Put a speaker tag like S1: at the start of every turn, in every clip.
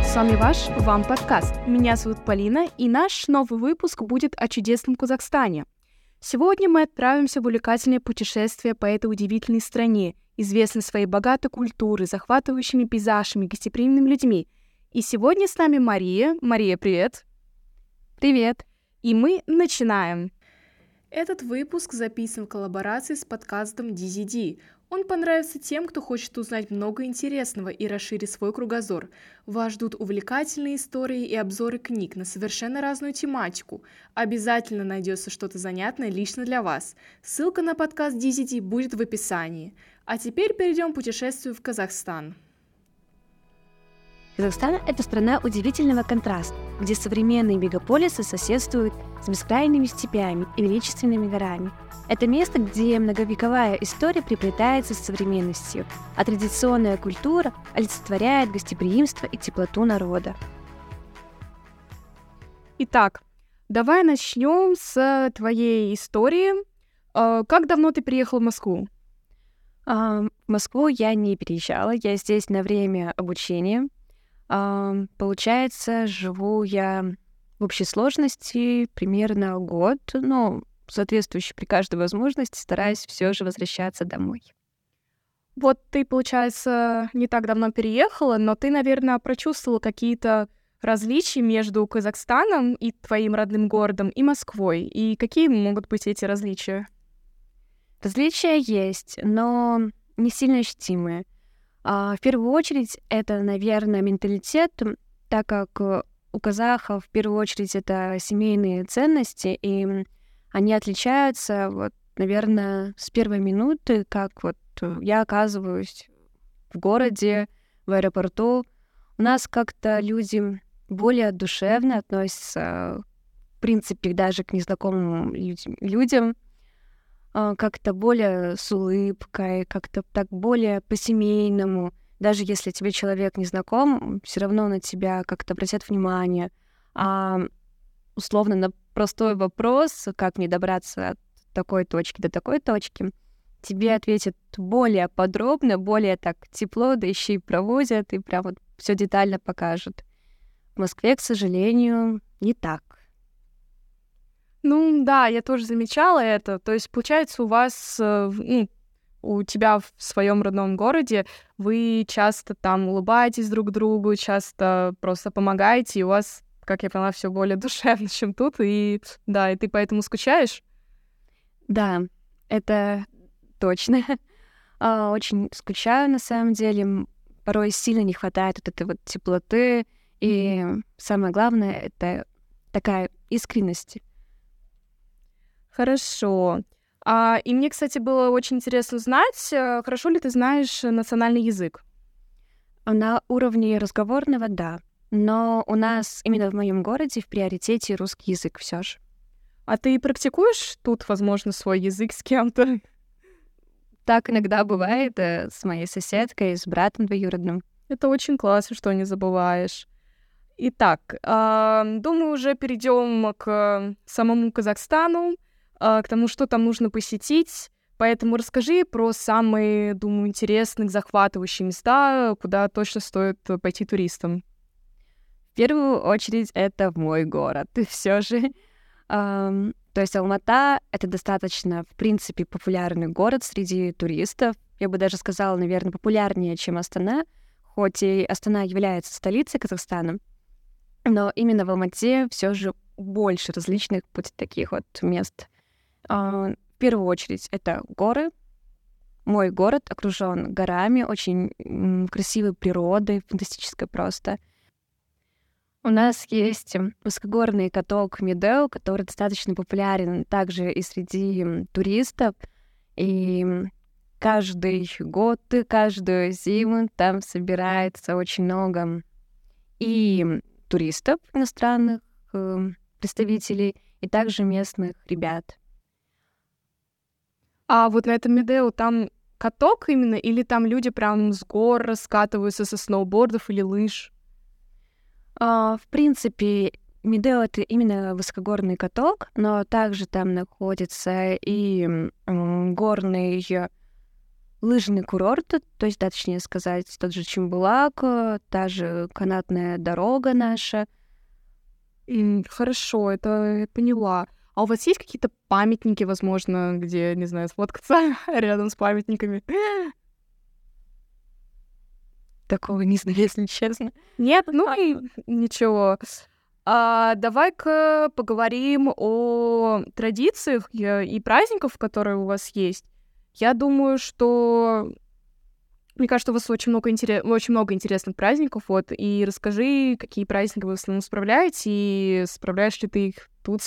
S1: С вами ваш «Вам подкаст». Меня зовут Полина, и наш новый выпуск будет о чудесном Казахстане. Сегодня мы отправимся в увлекательное путешествие по этой удивительной стране, известной своей богатой культурой, захватывающими пейзажами, гостеприимными людьми. И сегодня с нами Мария. Мария, привет!
S2: Привет!
S1: И мы начинаем. Этот выпуск записан в коллаборации с подкастом DZD. Он понравится тем, кто хочет узнать много интересного и расширить свой кругозор. Вас ждут увлекательные истории и обзоры книг на совершенно разную тематику. Обязательно найдется что-то занятное лично для вас. Ссылка на подкаст DZD будет в описании. А теперь перейдем к путешествию в Казахстан.
S2: Казахстан — это страна удивительного контраста, где современные мегаполисы соседствуют с бескрайними степями и величественными горами. Это место, где многовековая история приплетается с современностью, а традиционная культура олицетворяет гостеприимство и теплоту народа.
S1: Итак, давай начнем с твоей истории. Как давно ты приехала в Москву?
S2: В Москву я не переезжала, я здесь на время обучения. Получается, живу я в общей сложности примерно год, но соответствующий при каждой возможности стараюсь все же возвращаться домой.
S1: Вот ты, получается, не так давно переехала, но ты, наверное, прочувствовала какие-то различия между Казахстаном и твоим родным городом и Москвой. И какие могут быть эти различия?
S2: Различия есть, но не сильно ощутимые. В первую очередь, это, наверное, менталитет, так как у казахов в первую очередь это семейные ценности, и они отличаются, вот, наверное, с первой минуты, как вот я оказываюсь в городе, в аэропорту. У нас как-то люди более душевно относятся, в принципе, даже к незнакомым людям, как-то более с улыбкой, как-то так более по-семейному. Даже если тебе человек не знаком, все равно на тебя как-то обратят внимание. Условно, на простой вопрос, как мне добраться от такой точки до такой точки, тебе ответят более подробно, более так тепло, да еще и проводят, и прям вот все детально покажут. В Москве, к сожалению, не так.
S1: Ну да, я тоже замечала это. То есть, получается, у тебя в своем родном городе вы часто там улыбаетесь друг другу, часто просто помогаете, и у вас, как я поняла, все более душевно, чем тут. И да, и ты поэтому скучаешь?
S2: Да, это точно. Очень скучаю, на самом деле. Порой сильно не хватает вот этой вот теплоты. И самое главное — это такая искренность.
S1: Хорошо. И мне, кстати, было очень интересно узнать, хорошо ли ты знаешь национальный язык?
S2: На уровне разговорного — да. Но у нас именно в моем городе в приоритете русский язык все же.
S1: А ты практикуешь тут, возможно, свой язык с кем-то?
S2: Так иногда бывает с моей соседкой, с братом двоюродным.
S1: Это очень классно, что не забываешь. Итак, думаю, уже перейдем к самому Казахстану, к тому, что там нужно посетить. Поэтому расскажи про самые, думаю, интересные, захватывающие места, куда точно стоит пойти туристам.
S2: В первую очередь это мой город. Все же. То есть Алмата — это достаточно, в принципе, популярный город среди туристов. Я бы даже сказала, наверное, популярнее, чем Астана, хоть и Астана является столицей Казахстана. Но именно в Алмате все же больше различных таких вот мест. В первую очередь это горы. Мой город окружен горами, очень красивой природой, фантастической просто. У нас есть высокогорный каток Медео, который достаточно популярен также и среди туристов. И каждый год, каждую зиму там собирается очень много и туристов, иностранных представителей, и также местных ребят.
S1: А вот на этом Медео там каток именно, или там люди прям с гор скатываются со сноубордов или лыж?
S2: В принципе, Медео — это именно высокогорный каток, но также там находится и горный лыжный курорт, то есть, да, точнее сказать, тот же Чимбулак, та же канатная дорога наша.
S1: Хорошо, это я поняла. А у вас есть какие-то памятники, возможно, где, не знаю, сфоткаться рядом с памятниками?
S2: Такого не знаю, если честно.
S1: Нет? Ну и ничего. Давай-ка поговорим о традициях и праздниках, которые у вас есть. Я думаю, что... Мне кажется, у вас очень много интересных праздников, вот, и расскажи, какие праздники вы в основном справляете, и справляешь ли ты их тут?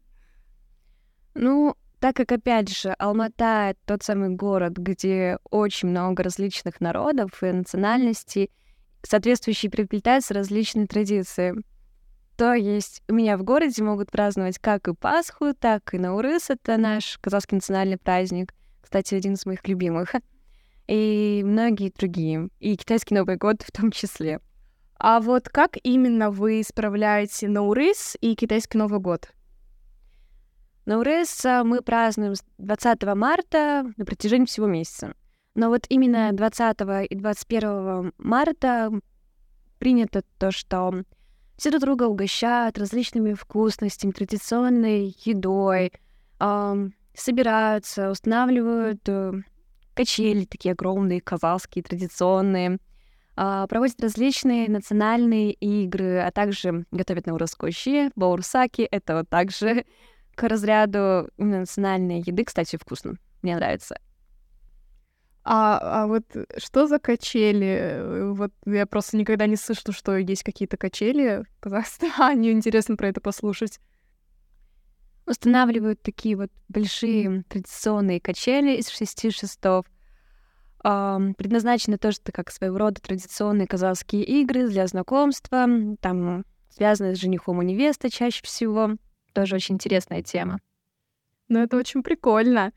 S2: Ну, так как, опять же, Алмата — это тот самый город, где очень много различных народов и национальностей, соответствующие переплетаются различные традиции. То есть у меня в городе могут праздновать как и Пасху, так и Наурыз — это наш казахский национальный праздник, кстати, один из моих любимых, и многие другие, и китайский Новый год в том числе.
S1: А вот как именно вы справляете Наурыз и китайский Новый год?
S2: Наурыз мы празднуем с 20 марта на протяжении всего месяца. Но вот именно 20 и 21 марта принято то, что все друг друга угощают различными вкусностями, традиционной едой, собираются, устанавливают качели такие огромные, казахские, традиционные, проводят различные национальные игры, а также готовят наурызскую щи, баурсаки. Это вот также к разряду именно национальной еды, кстати, вкусно. Мне нравится.
S1: А вот что за качели? Вот я просто никогда не слышала, что есть какие-то качели в Казахстане. Интересно про это послушать.
S2: Устанавливают такие вот большие традиционные качели из 6 шестов. Предназначены тоже как своего рода традиционные казахские игры для знакомства. Там связаны с женихом и невестой чаще всего. Тоже очень интересная тема.
S1: Ну, это очень прикольно.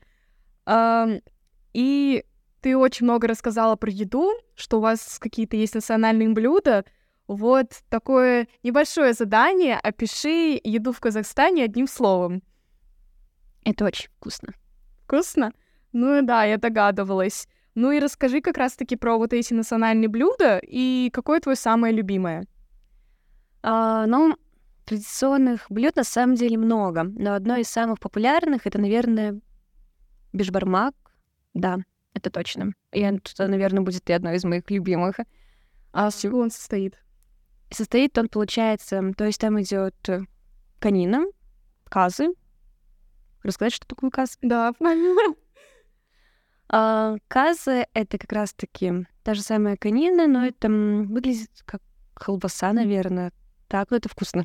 S1: И ты очень много рассказала про еду, что у вас какие-то есть национальные блюда. Вот такое небольшое задание. Опиши еду в Казахстане одним словом.
S2: Это очень вкусно.
S1: Вкусно? Ну да, я догадывалась. Ну и расскажи как раз-таки про вот эти национальные блюда и какое твое самое любимое?
S2: Ну, традиционных блюд на самом деле много, но одно из самых популярных — это, наверное, бешбармак. Да, это точно. И это, наверное, будет и одно из моих любимых.
S1: А с чего он состоит?
S2: Состоит он, получается, то есть там идет конина, казы. Рассказать, что такое каз?
S1: Да.
S2: Казы — это как раз-таки та же самая конина, но это выглядит как колбаса, наверное. Так, ну это вкусно.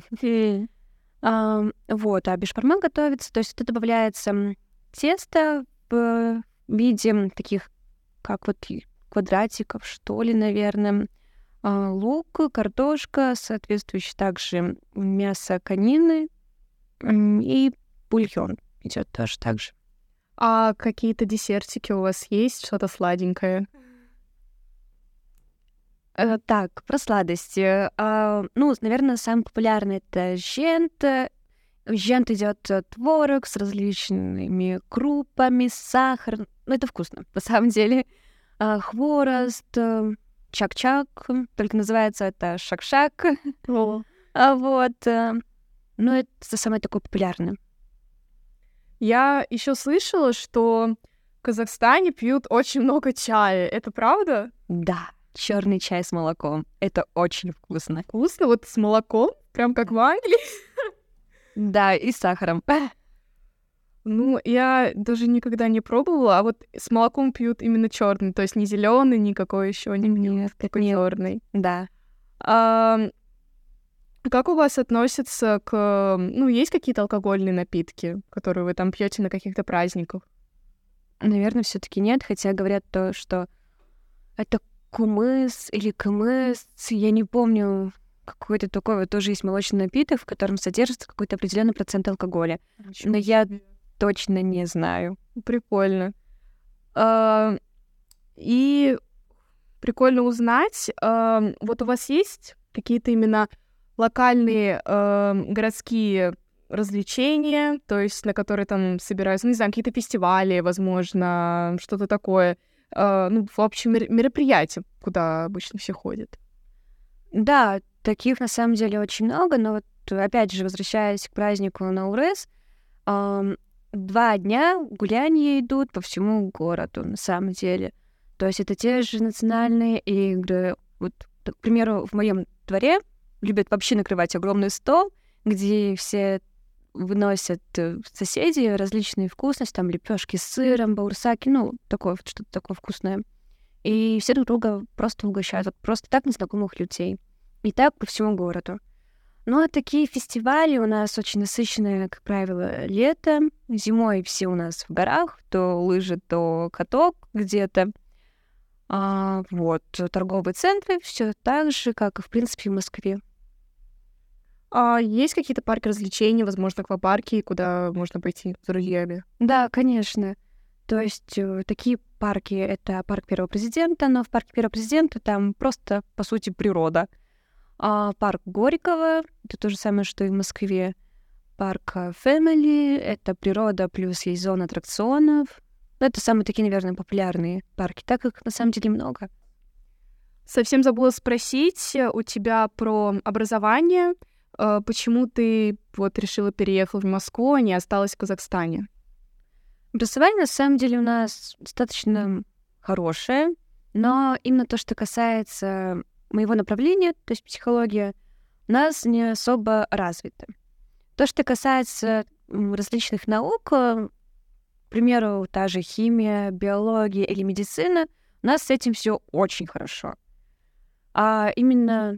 S2: Вот, а бешбармак готовится, то есть это добавляется тесто в виде таких, как вот квадратиков, что ли, наверное. Лук, картошка, соответствующий также мясо конины и бульон идет тоже так же.
S1: А какие-то десертики у вас есть? Что-то сладенькое?
S2: Так, про сладости. Ну, наверное, самый популярный — это жент. Жент идет творог с различными крупами, сахар. Ну, это вкусно, на самом деле. Хворост, чак-чак, только называется это шак-шак. Вот. Ну, это самое такое популярное.
S1: Я еще слышала, что в Казахстане пьют очень много чая. Это правда?
S2: Да, черный чай с молоком. Это очень вкусно.
S1: Вкусно? Вот с молоком? Прям как в Англии?
S2: Да, и с сахаром.
S1: Ну, я даже никогда не пробовала, а вот с молоком пьют именно черный, то есть не зеленый, никакой еще не пьют,
S2: Нет,
S1: такой черный.
S2: Да.
S1: Как у вас относятся к... Ну, есть какие-то алкогольные напитки, которые вы там пьете на каких-то праздниках?
S2: Наверное, все-таки нет, хотя говорят то, что это кумыс или кымыс, я не помню, какой-то такой вот тоже есть молочный напиток, в котором содержится какой-то определенный процент алкоголя. Но я точно не знаю.
S1: Прикольно. И прикольно узнать, вот у вас есть какие-то именно локальные городские развлечения, то есть на которые там собираются, ну, не знаю, какие-то фестивали, возможно, что-то такое. в общем, мероприятия, куда обычно все ходят?
S2: Да, таких на самом деле очень много, но вот опять же, возвращаясь к празднику Наурыз, 2 дня гуляния идут по всему городу, на самом деле. То есть это те же национальные игры. Вот, к примеру, в моем дворе любят вообще накрывать огромный стол, где все выносят соседи различные вкусности, там лепешки с сыром, баурсаки, такое, что-то такое вкусное. И все друг друга просто угощают, вот просто так незнакомых людей. И так по всему городу. Ну, а такие фестивали у нас очень насыщенные, как правило, летом. Зимой все у нас в горах, то лыжи, то каток где-то. Торговые центры, все так же, как и, в принципе, в Москве.
S1: А есть какие-то парки развлечений, возможно, аквапарки, куда можно пойти с друзьями?
S2: Да, конечно. То есть такие парки — это парк Первого президента, но в парке Первого президента там просто, по сути, природа. Парк Горького — это то же самое, что и в Москве. Парк Family — это природа, плюс есть зона аттракционов. Это самые такие, наверное, популярные парки, так как на самом деле много.
S1: Совсем забыла спросить у тебя про образование. Почему ты решила переехать в Москву, а не осталась в Казахстане?
S2: Образование, на самом деле, у нас достаточно хорошее, но именно то, что касается моего направления, то есть психология, у нас не особо развито. То, что касается различных наук, к примеру, та же химия, биология или медицина, у нас с этим все очень хорошо. А именно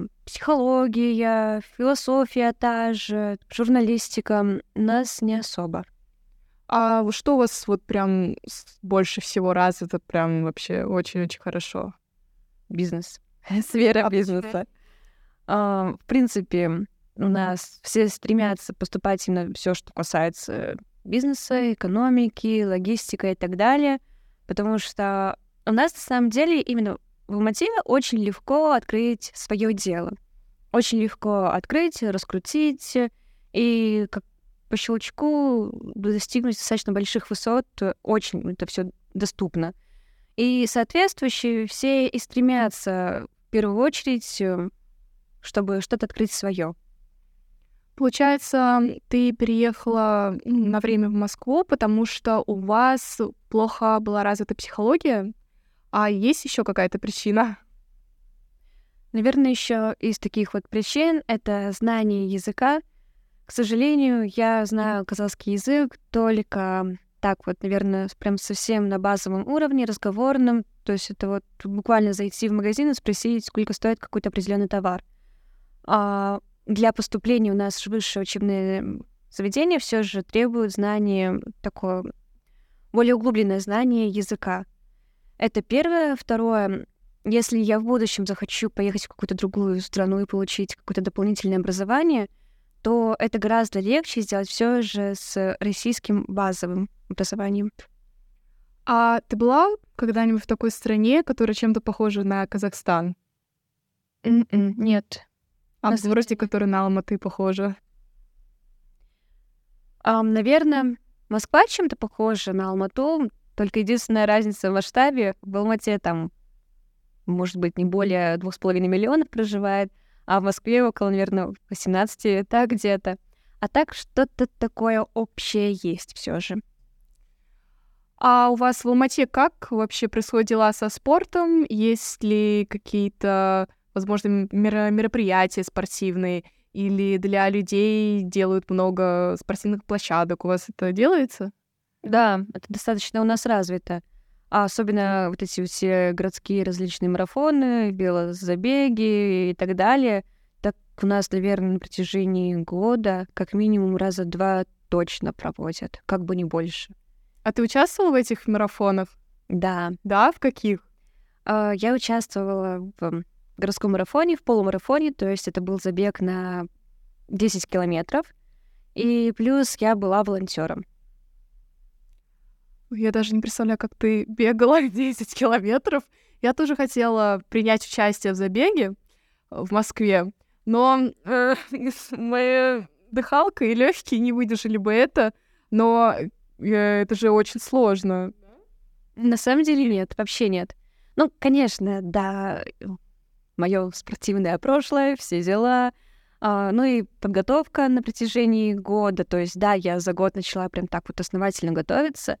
S2: психология, философия та же, журналистика у нас не особо.
S1: А что у вас прям больше всего развито, прям вообще очень-очень хорошо?
S2: Бизнес. Сфера бизнеса. В принципе, у нас все стремятся поступать именно все, что касается бизнеса, экономики, логистика и так далее, потому что у нас, на самом деле, именно в Алмате очень легко открыть свое дело. Очень легко открыть, раскрутить, и как по щелчку достигнуть достаточно больших высот. Очень это все доступно. И соответствующие все и стремятся в первую очередь, чтобы что-то открыть свое.
S1: Получается, ты переехала на время в Москву, потому что у вас плохо была развита психология? А есть еще какая-то причина?
S2: Наверное, еще из таких причин — это знание языка. К сожалению, я знаю казахский язык только так наверное, прям совсем на базовом уровне, разговорном. То есть это буквально зайти в магазин и спросить, сколько стоит какой-то определенный товар. А для поступления у нас в высшее учебное заведение все же требует знания, такое более углубленное знание языка. Это первое. Второе, если я в будущем захочу поехать в какую-то другую страну и получить какое-то дополнительное образование, то это гораздо легче сделать все же с российским базовым образованием.
S1: А ты была когда-нибудь в такой стране, которая чем-то похожа на Казахстан?
S2: Нет.
S1: А в городе, который на Алматы похожа?
S2: Наверное, Москва чем-то похожа на Алмату, только единственная разница в масштабе: в Алмате там, может быть, не более 2,5 миллионов проживает, а в Москве около, наверное, 18, так где-то. А так что-то такое общее есть все же.
S1: А у вас в Алмате как вообще происходят дела со спортом? Есть ли какие-то, возможно, мероприятия спортивные? Или для людей делают много спортивных площадок? У вас это делается?
S2: Да, это достаточно у нас развито. А особенно эти все городские различные марафоны, велозабеги и так далее. Так у нас, наверное, на протяжении года как минимум раза 2 точно проводят, как бы не больше.
S1: А ты участвовала в этих марафонах?
S2: Да.
S1: Да? В каких?
S2: Я участвовала в городском марафоне, в полумарафоне, то есть это был забег на 10 километров. И плюс я была волонтером.
S1: Я даже не представляю, как ты бегала 10 километров. Я тоже хотела принять участие в забеге в Москве, но моя дыхалка и легкие не выдержали бы это, но это же очень сложно.
S2: На самом деле нет, вообще нет. Ну, конечно, да, мое спортивное прошлое, все дела, ну и подготовка на протяжении года. То есть, да, я за год начала прям так вот основательно готовиться,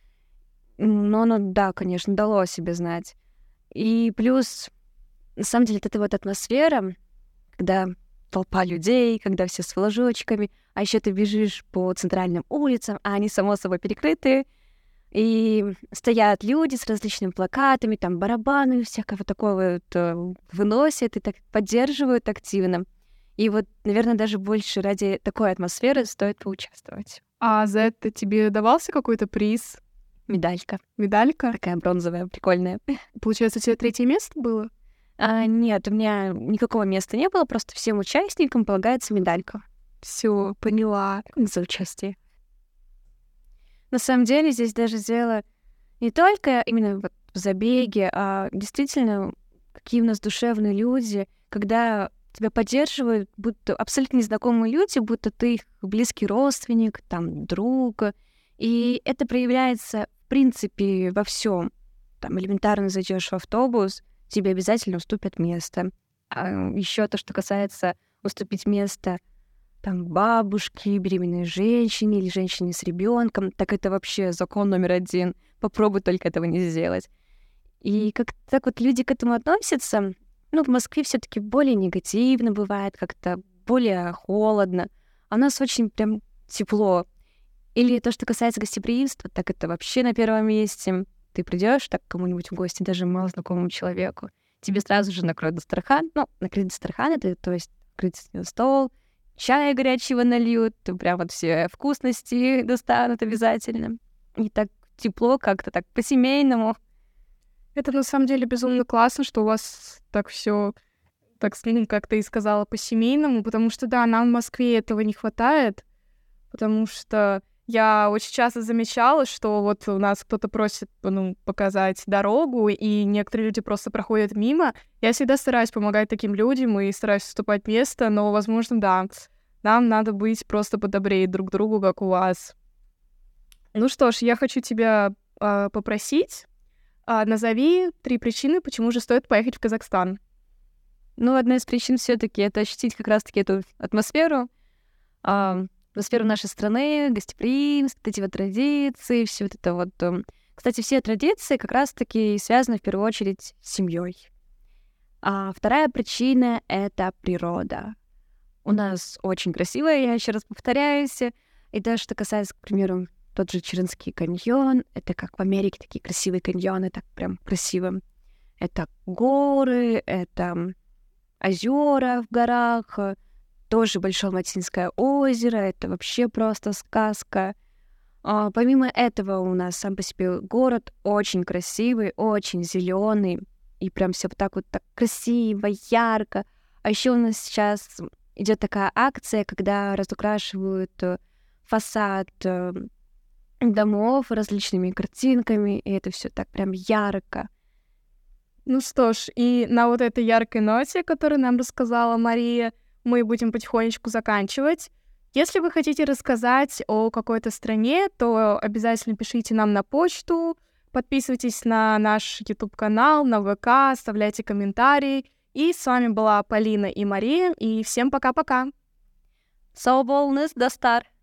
S2: но оно, да, конечно, дало о себе знать. И плюс, на самом деле, вот эта вот атмосфера, когда толпа людей, когда все с флажочками, а еще ты бежишь по центральным улицам, а они, само собой, перекрыты, и стоят люди с различными плакатами, там барабаны всякого такого вот выносят и так поддерживают активно. И вот, наверное, даже больше ради такой атмосферы стоит поучаствовать.
S1: А за это тебе давался какой-то приз?
S2: Медалька.
S1: Медалька?
S2: Такая бронзовая, прикольная.
S1: Получается, у тебя 3-е место было?
S2: Нет, у меня никакого места не было, просто всем участникам полагается медалька.
S1: Все, поняла.
S2: За участие. На самом деле здесь даже дело не только именно вот в забеге, а действительно, какие у нас душевные люди, когда тебя поддерживают, будто абсолютно незнакомые люди, будто ты их близкий родственник, там, друг. И это проявляется, в принципе, во всем. Там элементарно зайдешь в автобус, тебе обязательно уступят место. А еще то, что касается уступить место там бабушке, беременной женщине или женщине с ребенком, так это вообще закон номер 1. Попробуй только этого не сделать. И как так вот люди к этому относятся, ну, в Москве все-таки более негативно бывает, как-то более холодно. А у нас очень прям тепло. Или то, что касается гостеприимства, так это вообще на первом месте. Ты придешь так к кому-нибудь в гости, даже малознакомому человеку, тебе сразу же накроют дастархан. Ну, накрыть дастархан — это, то есть, накрыть стол, чая горячего нальют, прям вот все вкусности достанут обязательно. И так тепло как-то, так по-семейному.
S1: Это на самом деле безумно классно, что у вас так все, так, как ты и сказала, по-семейному, потому что, да, нам в Москве этого не хватает, потому что я очень часто замечала, что вот у нас кто-то просит, показать дорогу, и некоторые люди просто проходят мимо. Я всегда стараюсь помогать таким людям и стараюсь уступать место, но, возможно, да, нам надо быть просто подобрее друг к другу, как у вас. Ну что ж, я хочу тебя попросить, назови 3 причины, почему же стоит поехать в Казахстан.
S2: Ну, одна из причин все-таки это ощутить как раз-таки эту атмосферу нашей страны, гостеприимство, эти вот традиции, все вот это вот. Кстати, все традиции как раз-таки связаны в первую очередь с семьей. А вторая причина — это природа. У нас очень красивая, я еще раз повторяюсь. И даже что касается, к примеру, тот же Чиренский каньон, это как в Америке такие красивые каньоны, так прям красиво. Это горы, это озера в горах, тоже Большое Матинское озеро, это вообще просто сказка. Помимо этого у нас сам по себе город очень красивый, очень зеленый, и прям все так вот так красиво, ярко. А еще у нас сейчас идет такая акция, когда разукрашивают фасад домов различными картинками, и это все так прям ярко.
S1: Ну что ж, и на вот этой яркой ноте, которую нам рассказала Мария, мы будем потихонечку заканчивать. Если вы хотите рассказать о какой-то стране, то обязательно пишите нам на почту, подписывайтесь на наш YouTube-канал, на ВК, оставляйте комментарии. И с вами была Полина и Мария, и всем пока-пока.
S2: Sağ olunuz dostlar.